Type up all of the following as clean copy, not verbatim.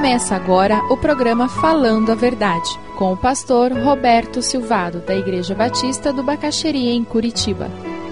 Começa agora o programa Falando a Verdade, com o pastor Roberto Silvado, da Igreja Batista do Bacaxeria, em Curitiba.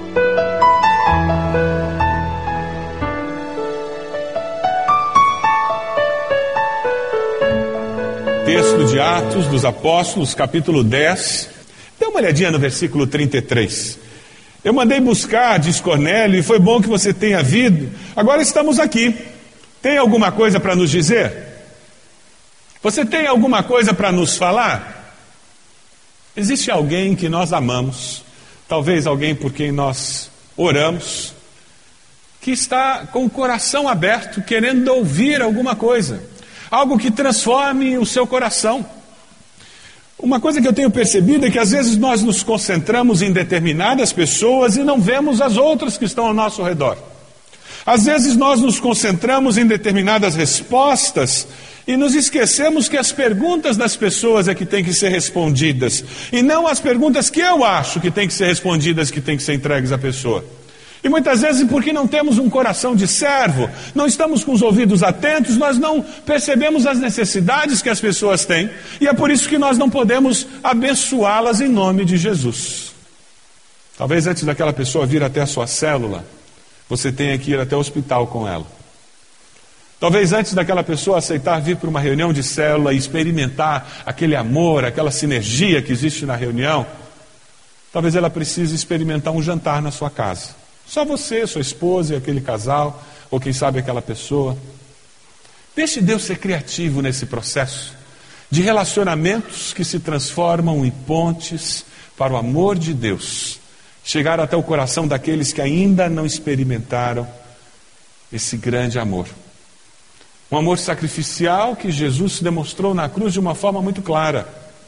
Texto de Atos dos Apóstolos, capítulo 10. Dê uma olhadinha no versículo 33. Eu mandei buscar, diz Cornélio, e foi bom que você tenha vindo. Agora estamos aqui. Tem alguma coisa para nos dizer? Você tem alguma coisa para nos falar? Existe alguém que nós amamos, talvez alguém por quem nós oramos, que está com o coração aberto, querendo ouvir alguma coisa, algo que transforme o seu coração. Uma coisa que eu tenho percebido é que às vezes nós nos concentramos em determinadas pessoas e não vemos as outras que estão ao nosso redor. Às vezes nós nos concentramos em determinadas respostas e nos esquecemos que as perguntas das pessoas é que têm que ser respondidas, e não as perguntas que eu acho que têm que ser respondidas, que têm que ser entregues à pessoa. E muitas vezes, porque não temos um coração de servo, não estamos com os ouvidos atentos, nós não percebemos as necessidades que as pessoas têm, e é por isso que nós não podemos abençoá-las em nome de Jesus. Talvez antes daquela pessoa vir até a sua célula, você tenha que ir até o hospital com ela. Talvez antes daquela pessoa aceitar vir para uma reunião de célula e experimentar aquele amor, aquela sinergia que existe na reunião, talvez ela precise experimentar um jantar na sua casa. Só você, sua esposa e aquele casal, ou quem sabe aquela pessoa. Deixe Deus ser criativo nesse processo de relacionamentos que se transformam em pontes para o amor de Deus chegar até o coração daqueles que ainda não experimentaram esse grande amor. Um amor sacrificial que Jesus demonstrou na cruz de uma forma muito clara.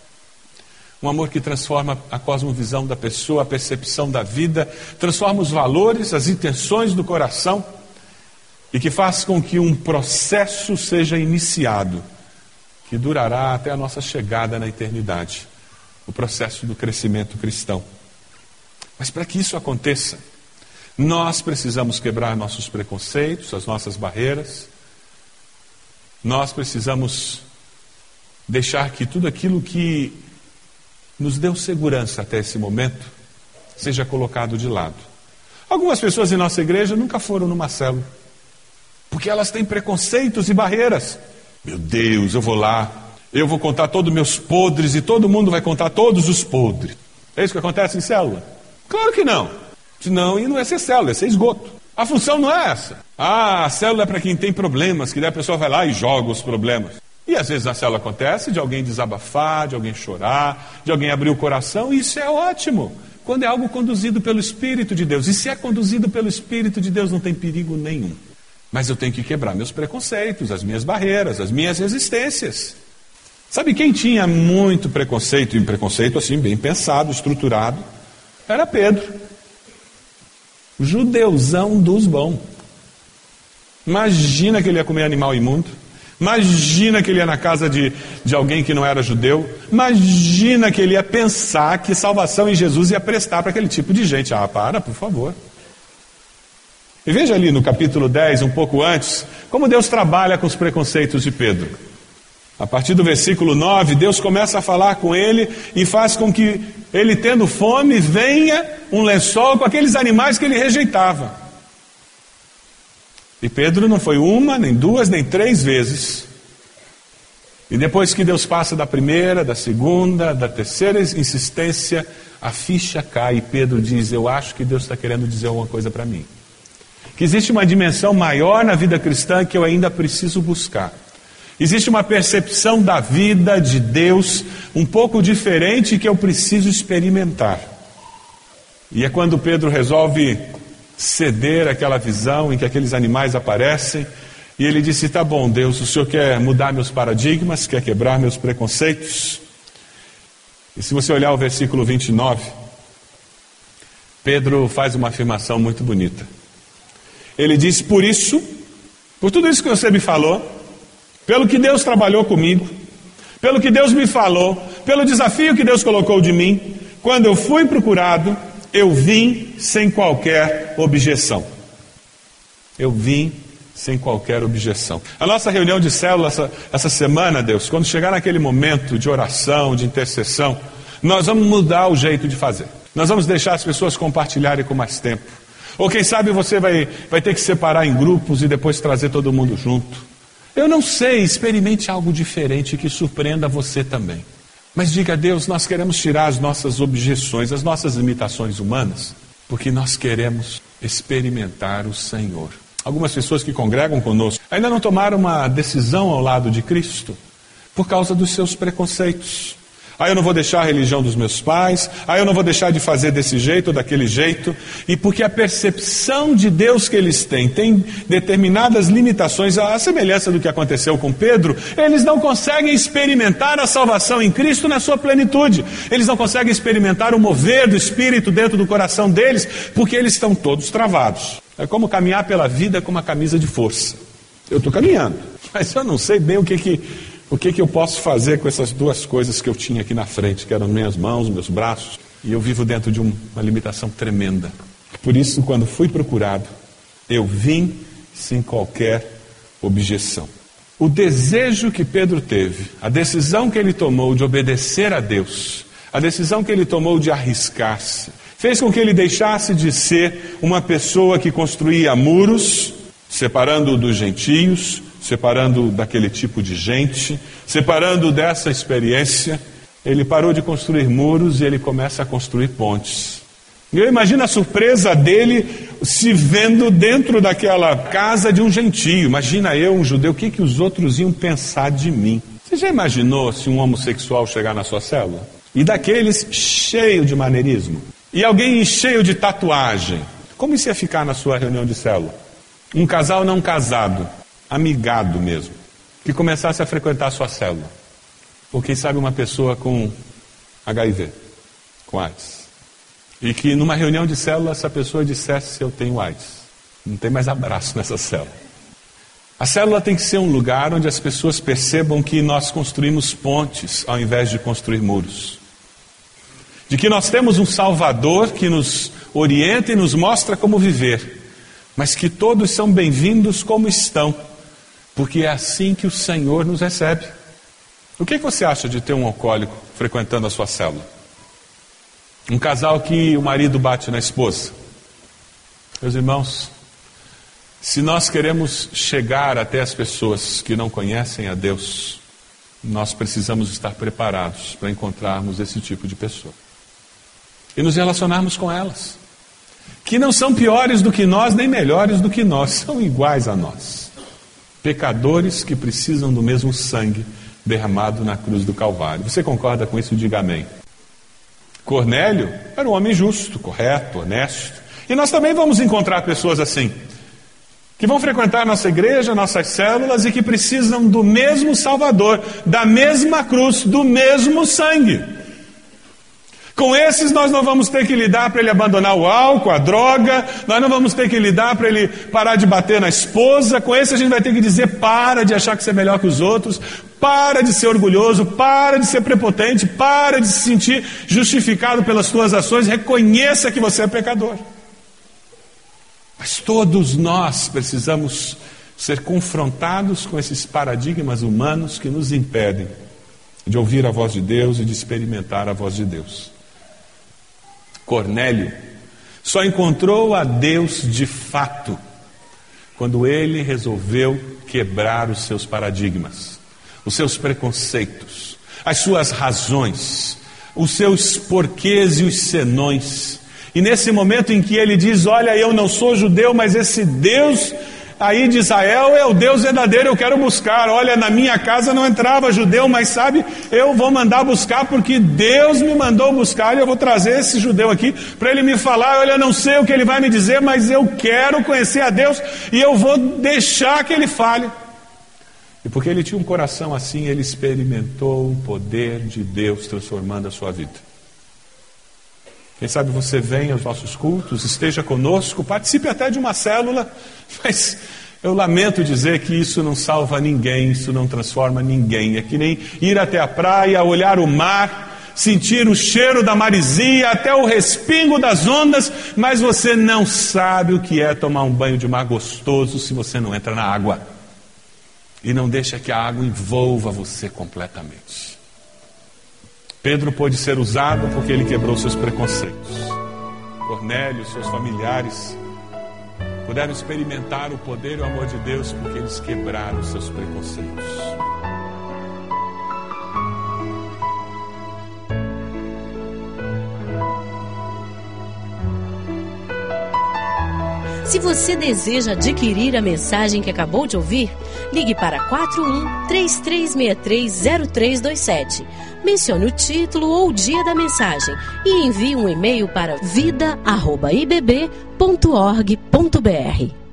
Um amor que transforma a cosmovisão da pessoa, a percepção da vida, transforma os valores, as intenções do coração e que faz com que um processo seja iniciado, que durará até a nossa chegada na eternidade, o processo do crescimento cristão. Mas para que isso aconteça, nós precisamos quebrar nossos preconceitos, as nossas barreiras. Nós precisamos deixar que tudo aquilo que nos deu segurança até esse momento seja colocado de lado. Algumas pessoas em nossa igreja nunca foram numa célula, porque elas têm preconceitos e barreiras. Meu Deus, eu vou lá, eu vou contar todos os meus podres e todo mundo vai contar todos os podres. É isso que acontece em célula? Claro que não. Senão não ia ser célula, ia ser esgoto. A função não é essa. A célula é para quem tem problemas, que daí a pessoa vai lá e joga os problemas. E às vezes na célula acontece de alguém desabafar, de alguém chorar, de alguém abrir o coração, e isso é ótimo, quando é algo conduzido pelo Espírito de Deus. E se é conduzido pelo Espírito de Deus, não tem perigo nenhum. Mas eu tenho que quebrar meus preconceitos, as minhas barreiras, as minhas resistências. Sabe quem tinha muito preconceito, e um preconceito assim, bem pensado, estruturado? Era Pedro. Judeuzão dos bons. Imagina que ele ia comer animal imundo. Imagina que ele ia na casa de alguém que não era judeu. Imagina que ele ia pensar que salvação em Jesus ia prestar para aquele tipo de gente. Ah, para, por favor. E veja ali no capítulo 10, um pouco antes, como Deus trabalha com os preconceitos de Pedro. A partir do versículo 9, Deus começa a falar com ele e faz com que ele, tendo fome, venha um lençol com aqueles animais que ele rejeitava. E Pedro não foi uma, nem duas, nem três vezes. E depois que Deus passa da primeira, da segunda, da terceira insistência, a ficha cai e Pedro diz: eu acho que Deus está querendo dizer alguma coisa para mim. Que existe uma dimensão maior na vida cristã que eu ainda preciso buscar. Existe uma percepção da vida de Deus um pouco diferente que eu preciso experimentar. E é quando Pedro resolve ceder àquela visão em que aqueles animais aparecem, e ele disse: tá bom, Deus, o Senhor quer mudar meus paradigmas, quer quebrar meus preconceitos. E se você olhar o versículo 29, Pedro faz uma afirmação muito bonita. Ele diz: por isso, por tudo isso que você me falou, pelo que Deus trabalhou comigo, pelo que Deus me falou, pelo desafio que Deus colocou de mim, quando eu fui procurado, eu vim sem qualquer objeção. Eu vim sem qualquer objeção. A nossa reunião de célula essa semana, Deus, quando chegar naquele momento de oração, de intercessão, nós vamos mudar o jeito de fazer. Nós vamos deixar as pessoas compartilharem com mais tempo. Ou quem sabe você vai ter que separar em grupos e depois trazer todo mundo junto. Eu não sei, experimente algo diferente que surpreenda você também. Mas diga a Deus, nós queremos tirar as nossas objeções, as nossas limitações humanas, porque nós queremos experimentar o Senhor. Algumas pessoas que congregam conosco ainda não tomaram uma decisão ao lado de Cristo por causa dos seus preconceitos. Eu não vou deixar a religião dos meus pais, eu não vou deixar de fazer desse jeito ou daquele jeito, e porque a percepção de Deus que eles têm tem determinadas limitações, à semelhança do que aconteceu com Pedro, eles não conseguem experimentar a salvação em Cristo na sua plenitude, eles não conseguem experimentar o mover do Espírito dentro do coração deles, porque eles estão todos travados. É como caminhar pela vida com uma camisa de força. Eu estou caminhando, mas eu não sei bem o que eu posso fazer com essas duas coisas que eu tinha aqui na frente, que eram minhas mãos, meus braços, e eu vivo dentro de uma limitação tremenda. Por isso, quando fui procurado, eu vim sem qualquer objeção. O desejo que Pedro teve, a decisão que ele tomou de obedecer a Deus, a decisão que ele tomou de arriscar-se, fez com que ele deixasse de ser uma pessoa que construía muros, separando dos gentios, separando daquele tipo de gente, separando dessa experiência. Ele parou de construir muros e ele começa a construir pontes. E eu imagino a surpresa dele se vendo dentro daquela casa de um gentio. Imagina eu, um judeu, o que os outros iam pensar de mim? Você já imaginou se um homossexual chegar na sua célula? E daqueles cheio de maneirismo? E alguém cheio de tatuagem? Como isso ia ficar na sua reunião de célula? Um casal não casado, amigado mesmo, que começasse a frequentar a sua célula. Ou quem sabe uma pessoa com HIV, com AIDS. E que numa reunião de célula essa pessoa dissesse: eu tenho AIDS. Não tem mais abraço nessa célula. A célula tem que ser um lugar onde as pessoas percebam que nós construímos pontes ao invés de construir muros. De que nós temos um Salvador que nos orienta e nos mostra como viver. Mas que todos são bem-vindos como estão. Porque é assim que o Senhor nos recebe. O que você acha de ter um alcoólico frequentando a sua célula? Um casal que o marido bate na esposa? Meus irmãos, se nós queremos chegar até as pessoas que não conhecem a Deus, nós precisamos estar preparados para encontrarmos esse tipo de pessoa. E nos relacionarmos com elas. Que não são piores do que nós, nem melhores do que nós, são iguais a nós. Pecadores que precisam do mesmo sangue derramado na cruz do Calvário. Você concorda com isso? Diga amém. Cornélio era um homem justo, correto, honesto. E nós também vamos encontrar pessoas assim, que vão frequentar nossa igreja, nossas células e que precisam do mesmo Salvador, da mesma cruz, do mesmo sangue. Com esses nós não vamos ter que lidar para ele abandonar o álcool, a droga, nós não vamos ter que lidar para ele parar de bater na esposa. Com esse a gente vai ter que dizer: para de achar que você é melhor que os outros, para de ser orgulhoso, para de ser prepotente, para de se sentir justificado pelas suas ações, reconheça que você é pecador. Mas todos nós precisamos ser confrontados com esses paradigmas humanos que nos impedem de ouvir a voz de Deus e de experimentar a voz de Deus. Cornélio só encontrou a Deus de fato quando ele resolveu quebrar os seus paradigmas, os seus preconceitos, as suas razões, os seus porquês e os senões. E nesse momento em que ele diz: olha, eu não sou judeu, mas esse Deus aí de Israel é o Deus verdadeiro, eu quero buscar. Olha, na minha casa não entrava judeu, mas sabe, eu vou mandar buscar porque Deus me mandou buscar e eu vou trazer esse judeu aqui para ele me falar. Olha, eu não sei o que ele vai me dizer, mas eu quero conhecer a Deus e eu vou deixar que ele fale. E porque ele tinha um coração assim, ele experimentou o poder de Deus transformando a sua vida. Quem sabe você vem aos nossos cultos, esteja conosco, participe até de uma célula, mas eu lamento dizer que isso não salva ninguém, isso não transforma ninguém. É que nem ir até a praia, olhar o mar, sentir o cheiro da maresia, até o respingo das ondas, mas você não sabe o que é tomar um banho de mar gostoso se você não entra na água. E não deixa que a água envolva você completamente. Pedro pôde ser usado porque ele quebrou seus preconceitos. Cornélio, seus familiares, puderam experimentar o poder e o amor de Deus porque eles quebraram seus preconceitos. Se você deseja adquirir a mensagem que acabou de ouvir, ligue para 41-3363-0327. Mencione o título ou o dia da mensagem e envie um e-mail para vida@ibb.org.br.